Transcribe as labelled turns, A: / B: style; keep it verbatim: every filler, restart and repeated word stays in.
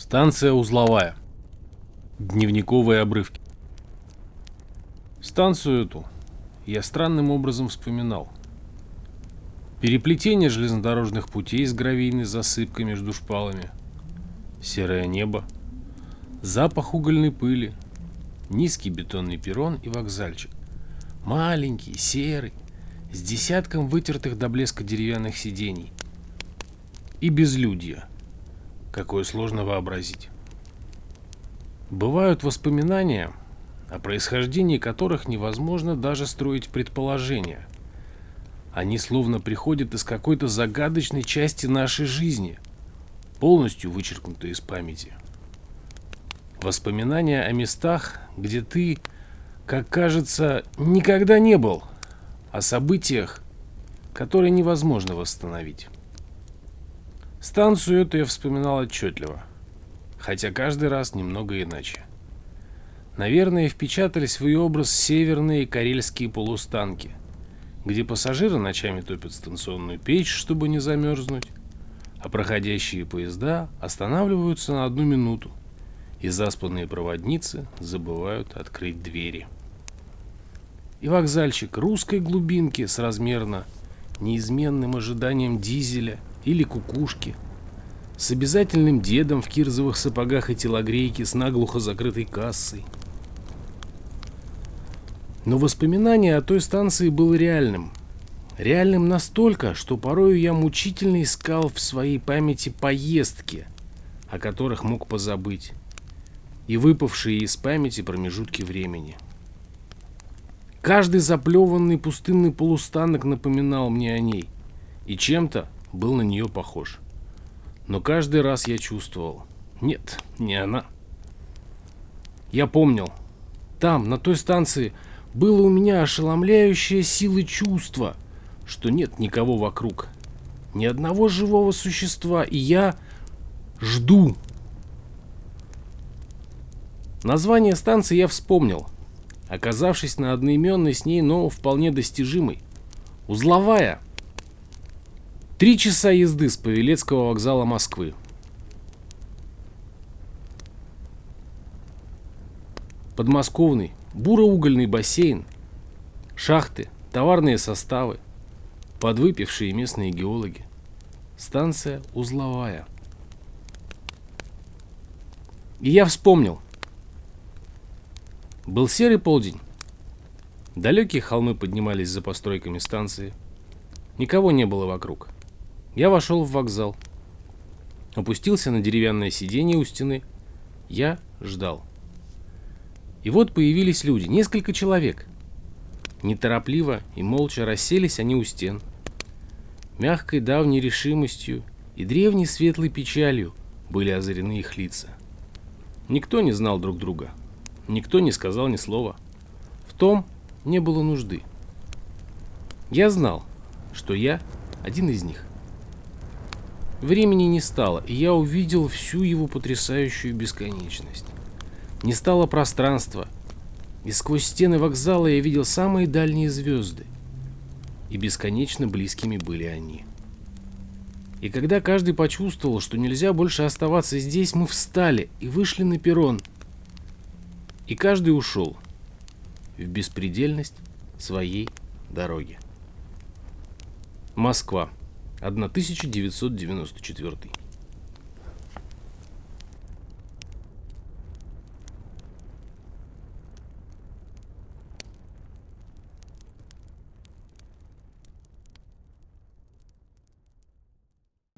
A: Станция узловая. Дневниковые обрывки. Станцию эту я странным образом вспоминал. Переплетение железнодорожных путей с гравийной засыпкой между шпалами, серое небо, запах угольной пыли, низкий бетонный перрон и вокзальчик. Маленький, серый, с десятком вытертых до блеска деревянных сидений. И безлюдье. Какое сложно вообразить. Бывают воспоминания, о происхождении которых невозможно даже строить предположения. Они словно приходят из какой-то загадочной части нашей жизни, полностью вычеркнутой из памяти. Воспоминания о местах, где ты, как кажется, никогда не был, о событиях, которые невозможно восстановить. Станцию эту я вспоминал отчетливо, хотя каждый раз немного иначе. Наверное, впечатались в ее образ северные карельские полустанки, где пассажиры ночами топят станционную печь, чтобы не замерзнуть, а проходящие поезда останавливаются на одну минуту, и заспанные проводницы забывают открыть двери. И вокзальчик русской глубинки с размерно неизменным ожиданием дизеля или кукушки, с обязательным дедом в кирзовых сапогах и телогрейке с наглухо закрытой кассой. Но воспоминание о той станции было реальным. Реальным настолько, что порою я мучительно искал в своей памяти поездки, о которых мог позабыть, и выпавшие из памяти промежутки времени. Каждый заплеванный пустынный полустанок напоминал мне о ней, и чем-то был на нее похож. Но каждый раз я чувствовал: нет, не она. Я помнил, там, на той станции, было у меня ошеломляющее силы чувство, что нет никого вокруг, ни одного живого существа, и я жду. Название станции я вспомнил, оказавшись на одноименной с ней, но вполне достижимой. Узловая. Три часа езды с Павелецкого вокзала Москвы. Подмосковный, буроугольный бассейн, шахты, товарные составы, подвыпившие местные геологи. Станция узловая. И я вспомнил. Был серый полдень. Далекие холмы поднимались за постройками станции. Никого не было вокруг. Я вошел в вокзал. Опустился на деревянное сиденье у стены. Я ждал. И вот появились люди, несколько человек. Неторопливо и молча расселись они у стен. Мягкой давней решимостью и древней светлой печалью были озарены их лица. Никто не знал друг друга. Никто не сказал ни слова. В том не было нужды. Я знал, что я один из них. Времени не стало, и я увидел всю его потрясающую бесконечность. Не стало пространства, и сквозь стены вокзала я видел самые дальние звезды. И бесконечно близкими были они. И когда каждый почувствовал, что нельзя больше оставаться здесь, мы встали и вышли на перрон. И каждый ушел в беспредельность своей дороги. Москва, тысяча девятьсот девяносто четвёртый.